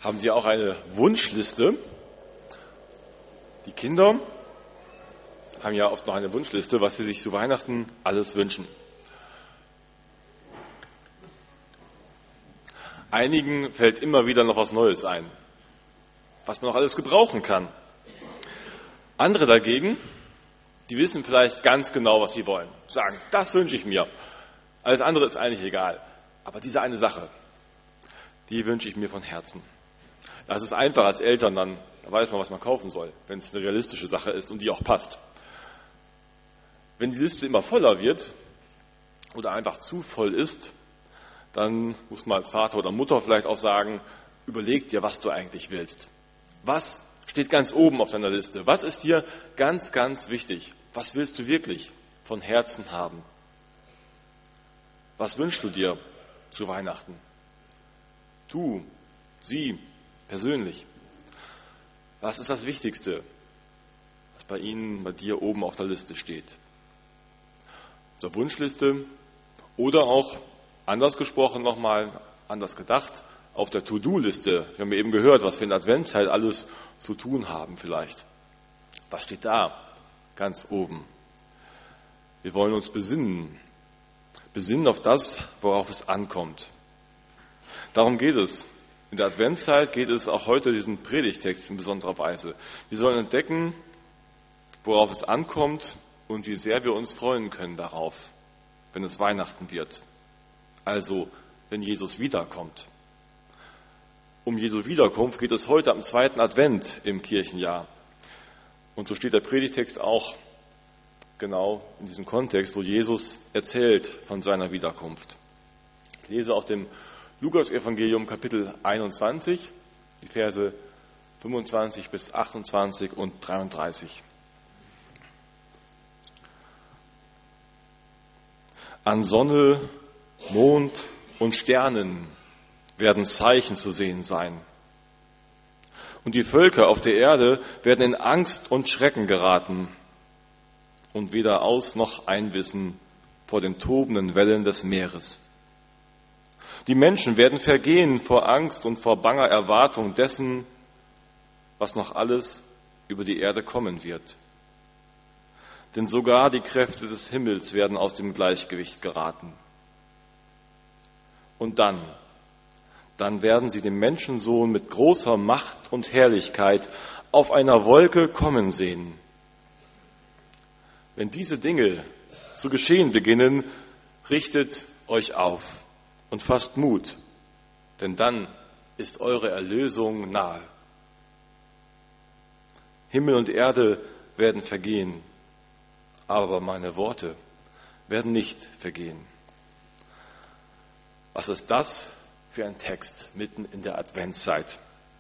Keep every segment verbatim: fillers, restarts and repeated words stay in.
Haben Sie auch eine Wunschliste? Die Kinder haben ja oft noch eine Wunschliste, was sie sich zu Weihnachten alles wünschen. Einigen fällt immer wieder noch was Neues ein, was man noch alles gebrauchen kann. Andere dagegen, die wissen vielleicht ganz genau, was sie wollen. Sagen, das wünsche ich mir. Alles andere ist eigentlich egal. Aber diese eine Sache, die wünsche ich mir von Herzen. Das ist einfach als Eltern, dann da weiß man, was man kaufen soll, wenn es eine realistische Sache ist und die auch passt. Wenn die Liste immer voller wird oder einfach zu voll ist, dann muss man als Vater oder Mutter vielleicht auch sagen, überleg dir, was du eigentlich willst. Was steht ganz oben auf deiner Liste? Was ist dir ganz, ganz wichtig? Was willst du wirklich von Herzen haben? Was wünschst du dir zu Weihnachten? Du, sie, persönlich. Was ist das Wichtigste, was bei Ihnen, bei dir oben auf der Liste steht? Auf der Wunschliste oder auch, anders gesprochen nochmal, anders gedacht, auf der To-Do-Liste. Wir haben eben gehört, was wir in der Adventszeit alles zu tun haben vielleicht. Was steht da ganz oben? Wir wollen uns besinnen. Besinnen auf das, worauf es ankommt. Darum geht es. In der Adventszeit geht es auch heute diesen Predigtext in besonderer Weise. Wir sollen entdecken, worauf es ankommt und wie sehr wir uns freuen können darauf, wenn es Weihnachten wird. Also, wenn Jesus wiederkommt. Um Jesu Wiederkunft geht es heute am zweiten Advent im Kirchenjahr. Und so steht der Predigtext auch genau in diesem Kontext, wo Jesus erzählt von seiner Wiederkunft. Ich lese aus dem Lukas-Evangelium Kapitel einundzwanzig, die Verse fünfundzwanzig bis achtundzwanzig und dreiunddreißig. An Sonne, Mond und Sternen werden Zeichen zu sehen sein. Und die Völker auf der Erde werden in Angst und Schrecken geraten und weder aus noch einwissen vor den tobenden Wellen des Meeres. Die Menschen werden vergehen vor Angst und vor banger Erwartung dessen, was noch alles über die Erde kommen wird. Denn sogar die Kräfte des Himmels werden aus dem Gleichgewicht geraten. Und dann, dann werden sie den Menschensohn mit großer Macht und Herrlichkeit auf einer Wolke kommen sehen. Wenn diese Dinge zu geschehen beginnen, richtet euch auf und fasst Mut, denn dann ist eure Erlösung nahe. Himmel und Erde werden vergehen, aber meine Worte werden nicht vergehen. Was ist das für ein Text mitten in der Adventszeit?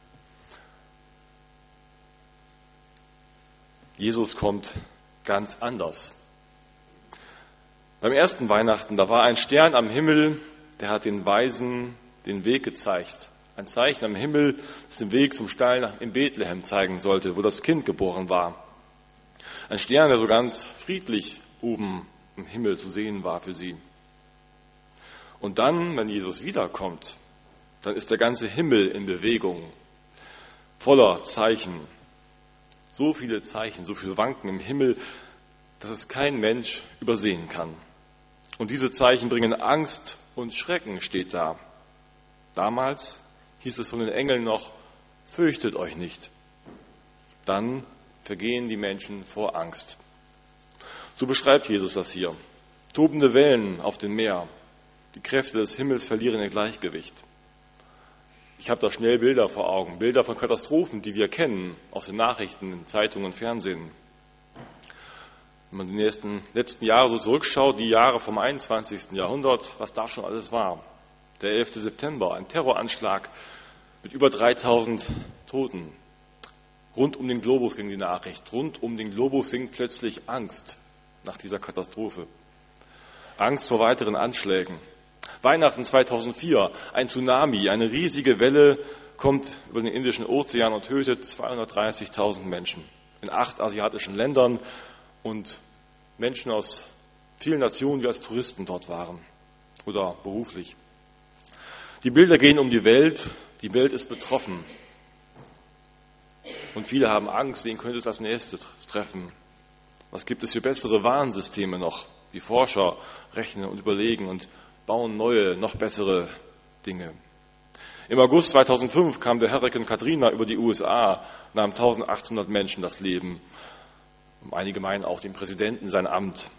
Jesus kommt ganz anders. Beim ersten Weihnachten, da war ein Stern am Himmel, der hat den Weisen den Weg gezeigt. Ein Zeichen am Himmel, das den Weg zum Stall in Bethlehem zeigen sollte, wo das Kind geboren war. Ein Stern, der so ganz friedlich oben im Himmel zu sehen war für sie. Und dann, wenn Jesus wiederkommt, dann ist der ganze Himmel in Bewegung, voller Zeichen. So viele Zeichen, so viel Wanken im Himmel, dass es kein Mensch übersehen kann. Und diese Zeichen bringen Angst und Schrecken, steht da. Damals hieß es von den Engeln noch, fürchtet euch nicht. Dann vergehen die Menschen vor Angst. So beschreibt Jesus das hier. Tobende Wellen auf dem Meer. Die Kräfte des Himmels verlieren ihr Gleichgewicht. Ich habe da schnell Bilder vor Augen. Bilder von Katastrophen, die wir kennen, aus den Nachrichten, Zeitungen und Fernsehen. Wenn man die nächsten, letzten Jahre so zurückschaut, die Jahre vom einundzwanzigsten Jahrhundert, was da schon alles war. Der elfte September, ein Terroranschlag mit über dreitausend Toten. Rund um den Globus ging die Nachricht. Rund um den Globus ging plötzlich Angst nach dieser Katastrophe. Angst vor weiteren Anschlägen. Weihnachten zweitausendvier, ein Tsunami, eine riesige Welle kommt über den Indischen Ozean und tötet zweihundertdreißigtausend Menschen in acht asiatischen Ländern und Menschen aus vielen Nationen, die als Touristen dort waren oder beruflich. Die Bilder gehen um die Welt Die Welt ist betroffen. Und viele haben Angst, wen könnte das nächste treffen? Was gibt es für bessere Warnsysteme noch? Die Forscher rechnen und überlegen und bauen neue, noch bessere Dinge. Im August zweitausendfünf kam der Hurrikan Katrina über die U S A, nahm eintausendachthundert Menschen das Leben. Und einige meinen auch den Präsidenten sein Amt.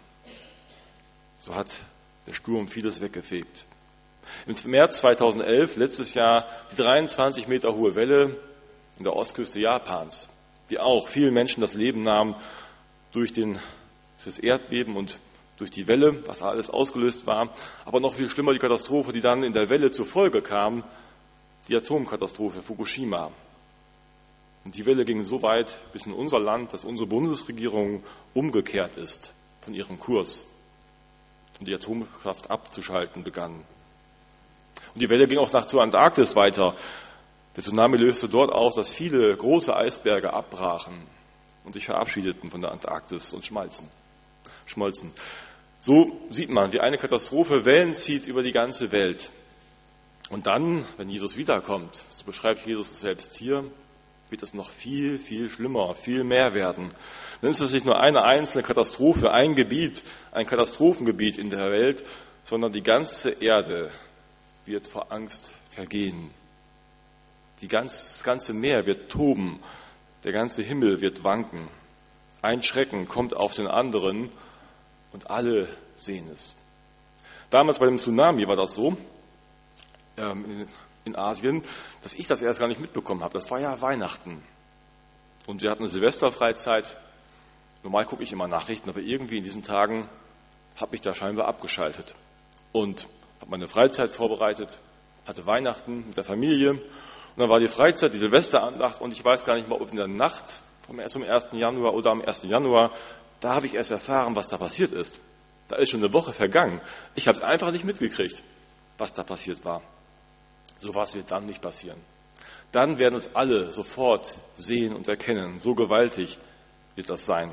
So hat der Sturm vieles weggefegt. Im März zweitausendelf, letztes Jahr, die dreiundzwanzig Meter hohe Welle in der Ostküste Japans, die auch vielen Menschen das Leben nahm durch den, das Erdbeben und durch die Welle, was alles ausgelöst war. Aber noch viel schlimmer die Katastrophe, die dann in der Welle zur Folge kam, die Atomkatastrophe Fukushima. Und die Welle ging so weit bis in unser Land, dass unsere Bundesregierung umgekehrt ist von ihrem Kurs und die Atomkraft abzuschalten begann. Und die Welle ging auch nach zur Antarktis weiter. Der Tsunami löste dort aus, dass viele große Eisberge abbrachen und sich verabschiedeten von der Antarktis und schmalzen, schmolzen. So sieht man, wie eine Katastrophe Wellen zieht über die ganze Welt. Und dann, wenn Jesus wiederkommt, so beschreibt Jesus es selbst hier, wird es noch viel, viel schlimmer, viel mehr werden. Dann ist es nicht nur eine einzelne Katastrophe, ein Gebiet, ein Katastrophengebiet in der Welt, sondern die ganze Erde wird vor Angst vergehen. Die ganz, das ganze Meer wird toben, der ganze Himmel wird wanken. Ein Schrecken kommt auf den anderen und alle sehen es. Damals bei dem Tsunami war das so, ähm, in, in Asien, dass ich das erst gar nicht mitbekommen habe. Das war ja Weihnachten. Und wir hatten eine Silvesterfreizeit. Normal gucke ich immer Nachrichten, aber irgendwie in diesen Tagen habe ich da scheinbar abgeschaltet. Und habe meine Freizeit vorbereitet, hatte Weihnachten mit der Familie. Und dann war die Freizeit, die Silvesterandacht, und ich weiß gar nicht mal, ob in der Nacht vom ersten Januar oder am ersten Januar, da habe ich erst erfahren, was da passiert ist. Da ist schon eine Woche vergangen. Ich habe es einfach nicht mitgekriegt, was da passiert war. So was wird dann nicht passieren. Dann werden es alle sofort sehen und erkennen. So gewaltig wird das sein.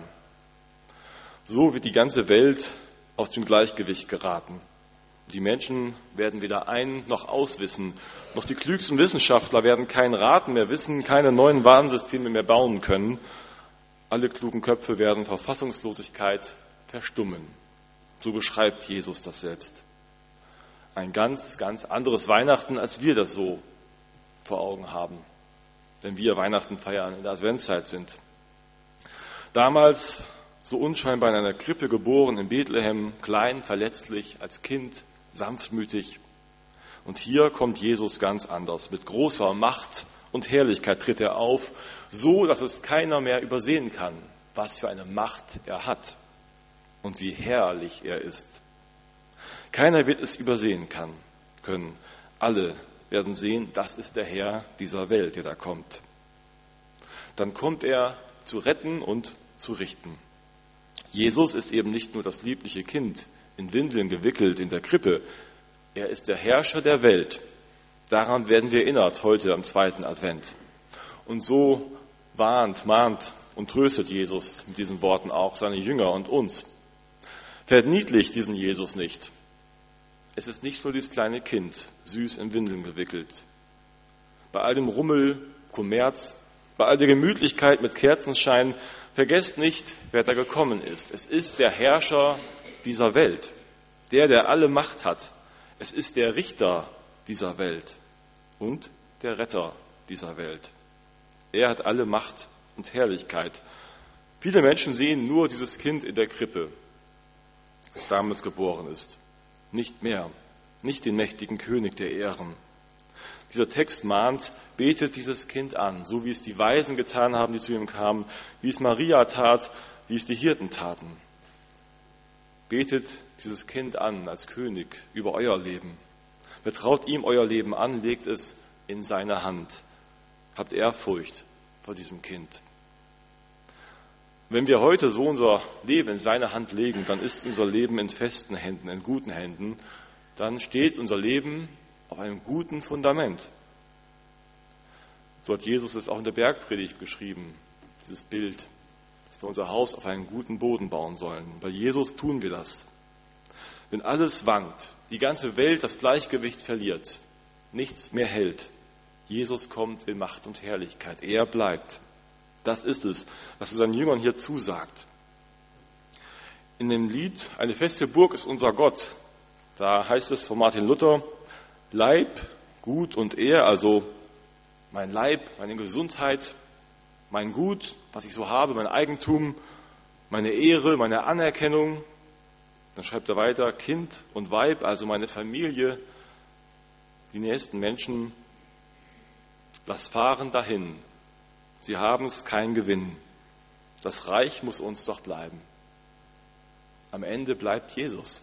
So wird die ganze Welt aus dem Gleichgewicht geraten. Die Menschen werden weder ein- noch auswissen. Noch die klügsten Wissenschaftler werden keinen Rat mehr wissen, keine neuen Warnsysteme mehr bauen können. Alle klugen Köpfe werden vor Fassungslosigkeit verstummen. So beschreibt Jesus das selbst. Ein ganz, ganz anderes Weihnachten, als wir das so vor Augen haben, wenn wir Weihnachten feiern, in der Adventszeit sind. Damals so unscheinbar in einer Krippe geboren, in Bethlehem, klein, verletzlich, als Kind, sanftmütig. Und hier kommt Jesus ganz anders. Mit großer Macht und Herrlichkeit tritt er auf, so dass es keiner mehr übersehen kann, was für eine Macht er hat und wie herrlich er ist. Keiner wird es übersehen kann, können. Alle werden sehen, das ist der Herr dieser Welt, der da kommt. Dann kommt er zu retten und zu richten. Jesus ist eben nicht nur das liebliche Kind, in Windeln gewickelt in der Krippe. Er ist der Herrscher der Welt. Daran werden wir erinnert heute am zweiten Advent. Und so warnt, mahnt und tröstet Jesus mit diesen Worten auch seine Jünger und uns. Verniedlicht diesen Jesus nicht. Es ist nicht nur dieses kleine Kind, süß in Windeln gewickelt. Bei all dem Rummel, Kommerz, bei all der Gemütlichkeit mit Kerzenschein, vergesst nicht, wer da gekommen ist. Es ist der Herrscher dieser Welt, der, der alle Macht hat. Es ist der Richter dieser Welt und der Retter dieser Welt. Er hat alle Macht und Herrlichkeit. Viele Menschen sehen nur dieses Kind in der Krippe, das damals geboren ist. Nicht mehr, nicht den mächtigen König der Ehren. Dieser Text mahnt, betet dieses Kind an, so wie es die Weisen getan haben, die zu ihm kamen, wie es Maria tat, wie es die Hirten taten. Betet dieses Kind an als König über euer Leben. Vertraut ihm euer Leben an, legt es in seine Hand. Habt Ehrfurcht vor diesem Kind. Wenn wir heute so unser Leben in seine Hand legen, dann ist unser Leben in festen Händen, in guten Händen. Dann steht unser Leben auf einem guten Fundament. So hat Jesus es auch in der Bergpredigt beschrieben, dieses Bild, dass wir unser Haus auf einen guten Boden bauen sollen. Bei Jesus tun wir das. Wenn alles wankt, die ganze Welt das Gleichgewicht verliert, nichts mehr hält, Jesus kommt in Macht und Herrlichkeit. Er bleibt. Das ist es, was er seinen Jüngern hier zusagt. In dem Lied Eine feste Burg ist unser Gott, da heißt es von Martin Luther, Leib, Gut und Ehr, also mein Leib, meine Gesundheit, mein Gut, was ich so habe, mein Eigentum, meine Ehre, meine Anerkennung. Dann schreibt er weiter, Kind und Weib, also meine Familie, die nächsten Menschen, lass fahren dahin. Sie haben es kein Gewinn. Das Reich muss uns doch bleiben. Am Ende bleibt Jesus.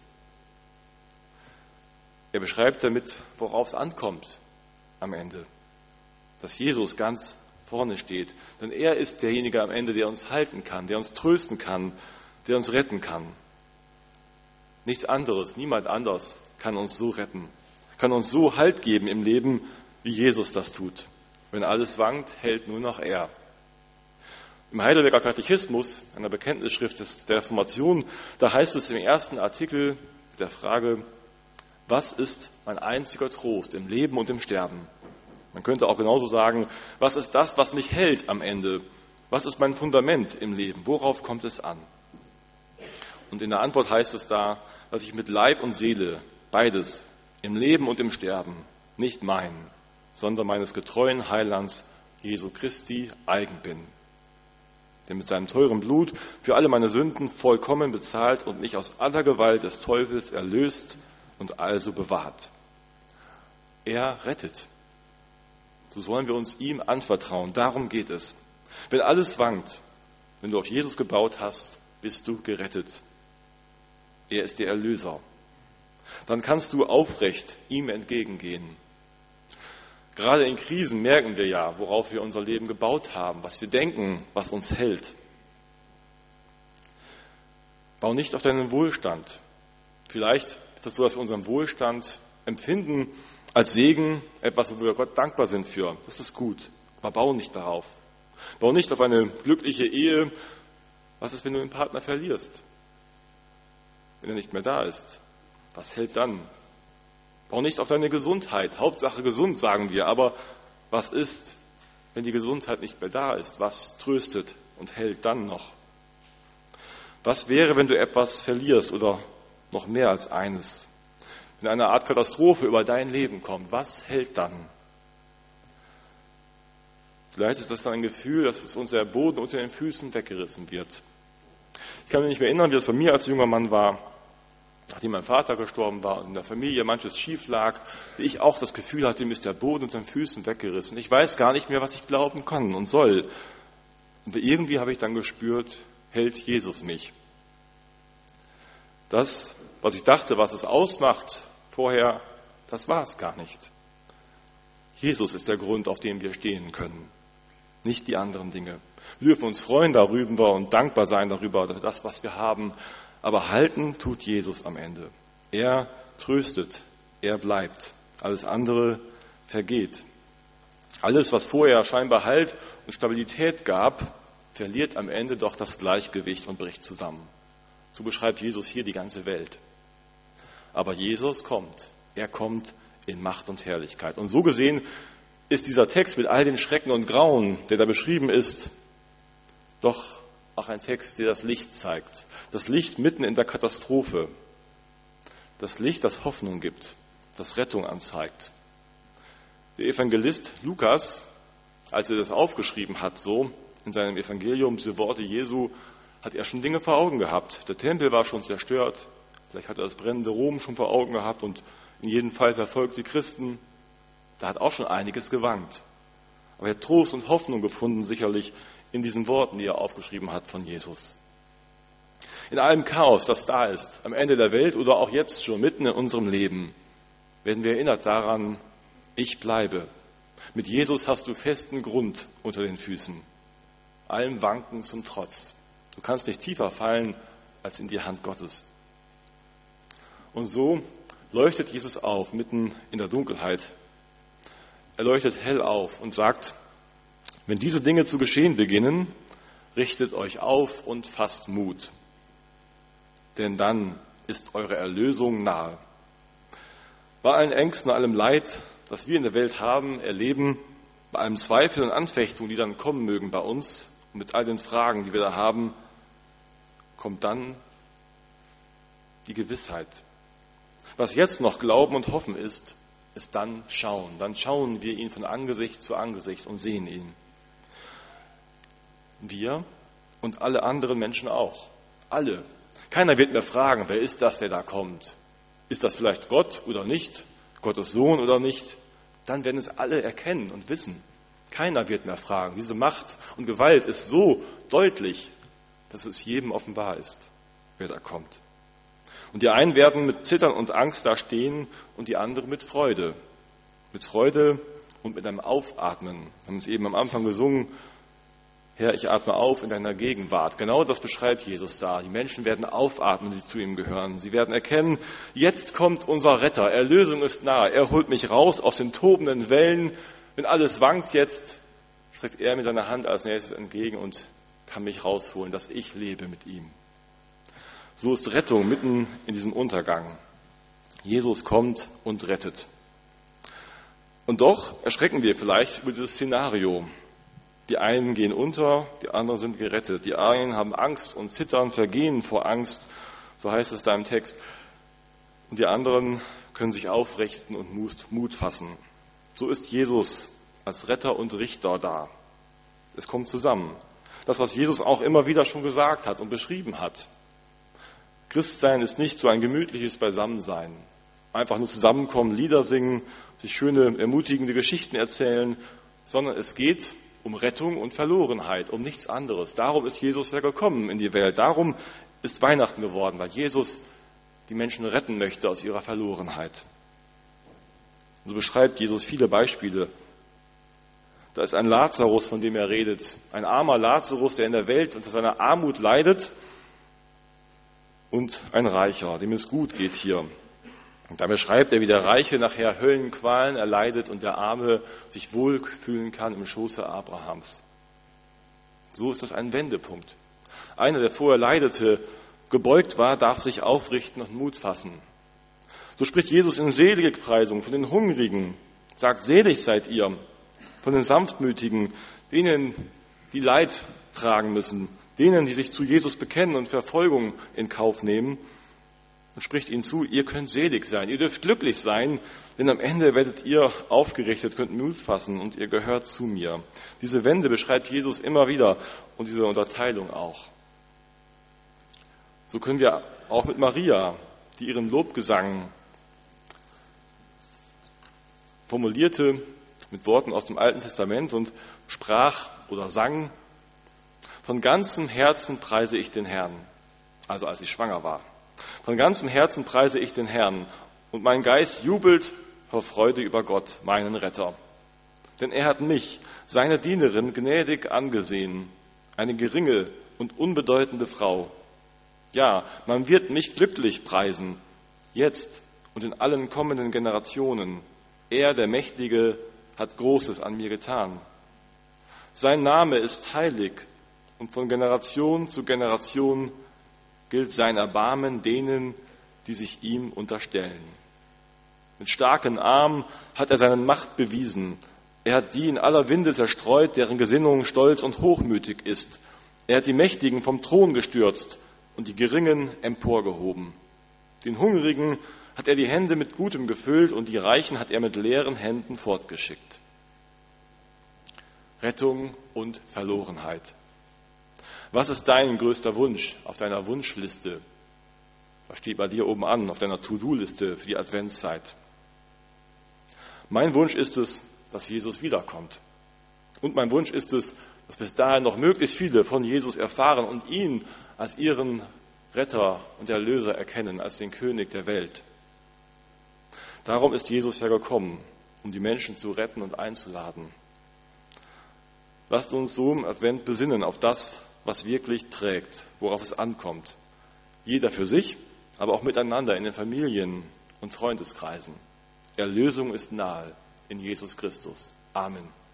Er beschreibt damit, worauf es ankommt am Ende. Dass Jesus ganz vorne steht. Denn er ist derjenige am Ende, der uns halten kann, der uns trösten kann, der uns retten kann. Nichts anderes, niemand anders kann uns so retten, kann uns so Halt geben im Leben, wie Jesus das tut. Wenn alles wankt, hält nur noch er. Im Heidelberger Katechismus, einer Bekenntnisschrift der Reformation, da heißt es im ersten Artikel mit der Frage, was ist mein einziger Trost im Leben und im Sterben? Man könnte auch genauso sagen, was ist das, was mich hält am Ende? Was ist mein Fundament im Leben? Worauf kommt es an? Und in der Antwort heißt es da, dass ich mit Leib und Seele, beides, im Leben und im Sterben, nicht mein, sondern meines getreuen Heilands Jesu Christi eigen bin, der mit seinem teuren Blut für alle meine Sünden vollkommen bezahlt und mich aus aller Gewalt des Teufels erlöst und also bewahrt. Er rettet. So sollen wir uns ihm anvertrauen. Darum geht es. Wenn alles wankt, wenn du auf Jesus gebaut hast, bist du gerettet. Er ist der Erlöser. Dann kannst du aufrecht ihm entgegengehen. Gerade in Krisen merken wir ja, worauf wir unser Leben gebaut haben, was wir denken, was uns hält. Bau nicht auf deinen Wohlstand. Vielleicht ist es so, dass wir unseren Wohlstand empfinden als Segen, etwas, wo wir Gott dankbar sind für. Das ist gut, aber bau nicht darauf. Bau nicht auf eine glückliche Ehe. Was ist, wenn du den Partner verlierst? Wenn er nicht mehr da ist? Was hält dann? Bau nicht auf deine Gesundheit. Hauptsache gesund, sagen wir. Aber was ist, wenn die Gesundheit nicht mehr da ist? Was tröstet und hält dann noch? Was wäre, wenn du etwas verlierst oder noch mehr als eines? Wenn eine Art Katastrophe über dein Leben kommt, was hält dann? Vielleicht ist das dann ein Gefühl, dass es uns der Boden unter den Füßen weggerissen wird. Ich kann mich nicht mehr erinnern, wie das bei mir als junger Mann war, nachdem mein Vater gestorben war und in der Familie manches schief lag, wie ich auch das Gefühl hatte, mir ist der Boden unter den Füßen weggerissen. Ich weiß gar nicht mehr, was ich glauben kann und soll. Und irgendwie habe ich dann gespürt, hält Jesus mich. Das, was ich dachte, was es ausmacht vorher, das war es gar nicht. Jesus ist der Grund, auf dem wir stehen können, nicht die anderen Dinge. Wir dürfen uns freuen darüber und dankbar sein darüber, das, was wir haben. Aber halten tut Jesus am Ende. Er tröstet, er bleibt. Alles andere vergeht. Alles, was vorher scheinbar Halt und Stabilität gab, verliert am Ende doch das Gleichgewicht und bricht zusammen. So beschreibt Jesus hier die ganze Welt. Aber Jesus kommt. Er kommt in Macht und Herrlichkeit. Und so gesehen ist dieser Text mit all den Schrecken und Grauen, der da beschrieben ist, doch auch ein Text, der das Licht zeigt. Das Licht mitten in der Katastrophe. Das Licht, das Hoffnung gibt, das Rettung anzeigt. Der Evangelist Lukas, als er das aufgeschrieben hat, so in seinem Evangelium, diese Worte Jesu, hat er schon Dinge vor Augen gehabt. Der Tempel war schon zerstört. Vielleicht hat er das brennende Rom schon vor Augen gehabt und in jedem Fall verfolgt die Christen. Da hat auch schon einiges gewankt. Aber er hat Trost und Hoffnung gefunden, sicherlich in diesen Worten, die er aufgeschrieben hat von Jesus. In allem Chaos, das da ist, am Ende der Welt oder auch jetzt schon mitten in unserem Leben, werden wir erinnert daran, ich bleibe. Mit Jesus hast du festen Grund unter den Füßen. Allem Wanken zum Trotz. Du kannst nicht tiefer fallen als in die Hand Gottes. Und so leuchtet Jesus auf, mitten in der Dunkelheit. Er leuchtet hell auf und sagt, wenn diese Dinge zu geschehen beginnen, richtet euch auf und fasst Mut. Denn dann ist eure Erlösung nahe. Bei allen Ängsten, allem Leid, das wir in der Welt haben, erleben, Bei allem Zweifel und Anfechtung, die dann kommen mögen bei uns, mit all den Fragen, die wir da haben, kommt dann die Gewissheit. Was jetzt noch Glauben und Hoffen ist, ist dann Schauen. Dann schauen wir ihn von Angesicht zu Angesicht und sehen ihn. Wir und alle anderen Menschen auch. Alle. Keiner wird mehr fragen, wer ist das, der da kommt? Ist das vielleicht Gott oder nicht? Gottes Sohn oder nicht? Dann werden es alle erkennen und wissen. Keiner wird mehr fragen. Diese Macht und Gewalt ist so deutlich, dass es jedem offenbar ist, wer da kommt. Und die einen werden mit Zittern und Angst da stehen und die anderen mit Freude. Mit Freude und mit einem Aufatmen. Wir haben es eben am Anfang gesungen, Herr, ich atme auf in deiner Gegenwart. Genau das beschreibt Jesus da. Die Menschen werden aufatmen, die zu ihm gehören. Sie werden erkennen, jetzt kommt unser Retter. Erlösung ist nahe. Er holt mich raus aus den tobenden Wellen. Wenn alles wankt jetzt, streckt er mir seine Hand als nächstes entgegen und kann mich rausholen, dass ich lebe mit ihm. So ist Rettung mitten in diesem Untergang. Jesus kommt und rettet. Und doch erschrecken wir vielleicht über dieses Szenario. Die einen gehen unter, die anderen sind gerettet. Die einen haben Angst und zittern, vergehen vor Angst, so heißt es da im Text. Und die anderen können sich aufrichten und Mut fassen. So ist Jesus als Retter und Richter da. Es kommt zusammen. Das, was Jesus auch immer wieder schon gesagt hat und beschrieben hat. Christsein ist nicht so ein gemütliches Beisammensein. Einfach nur zusammenkommen, Lieder singen, sich schöne, ermutigende Geschichten erzählen, sondern es geht um Rettung und Verlorenheit, um nichts anderes. Darum ist Jesus ja gekommen in die Welt. Darum ist Weihnachten geworden, weil Jesus die Menschen retten möchte aus ihrer Verlorenheit. Und so beschreibt Jesus viele Beispiele. Da ist ein Lazarus, von dem er redet. Ein armer Lazarus, der in der Welt unter seiner Armut leidet. Und ein Reicher, dem es gut geht hier. Und da beschreibt er, wie der Reiche nachher Höllenqualen erleidet und der Arme sich wohlfühlen kann im Schoße Abrahams. So ist das ein Wendepunkt. Einer, der vorher leidete, gebeugt war, darf sich aufrichten und Mut fassen. So spricht Jesus in Seligpreisung von den Hungrigen, sagt, selig seid ihr, von den Sanftmütigen, denen, die Leid tragen müssen, denen, die sich zu Jesus bekennen und Verfolgung in Kauf nehmen, und spricht ihnen zu, ihr könnt selig sein, ihr dürft glücklich sein, denn am Ende werdet ihr aufgerichtet, könnt Mut fassen und ihr gehört zu mir. Diese Wende beschreibt Jesus immer wieder und diese Unterteilung auch. So können wir auch mit Maria, die ihren Lobgesang formulierte mit Worten aus dem Alten Testament und sprach oder sang, von ganzem Herzen preise ich den Herrn, also als sie schwanger war. Von ganzem Herzen preise ich den Herrn und mein Geist jubelt vor Freude über Gott, meinen Retter. Denn er hat mich, seine Dienerin, gnädig angesehen, eine geringe und unbedeutende Frau. Ja, man wird mich glücklich preisen, jetzt und in allen kommenden Generationen. Er, der Mächtige, hat Großes an mir getan. Sein Name ist heilig und von Generation zu Generation gilt sein Erbarmen denen, die sich ihm unterstellen. Mit starken Armen hat er seine Macht bewiesen. Er hat die in aller Winde zerstreut, deren Gesinnung stolz und hochmütig ist. Er hat die Mächtigen vom Thron gestürzt und die Geringen emporgehoben. Den Hungrigen hat er die Hände mit Gutem gefüllt und die Reichen hat er mit leeren Händen fortgeschickt. Rettung und Verlorenheit. Was ist dein größter Wunsch auf deiner Wunschliste? Was steht bei dir oben an, auf deiner To-Do-Liste für die Adventszeit? Mein Wunsch ist es, dass Jesus wiederkommt. Und mein Wunsch ist es, dass bis dahin noch möglichst viele von Jesus erfahren und ihn als ihren Retter und Erlöser erkennen, als den König der Welt. Darum ist Jesus ja gekommen, um die Menschen zu retten und einzuladen. Lasst uns so im Advent besinnen auf das, was wirklich trägt, worauf es ankommt. Jeder für sich, aber auch miteinander in den Familien und Freundeskreisen. Erlösung ist nahe in Jesus Christus. Amen.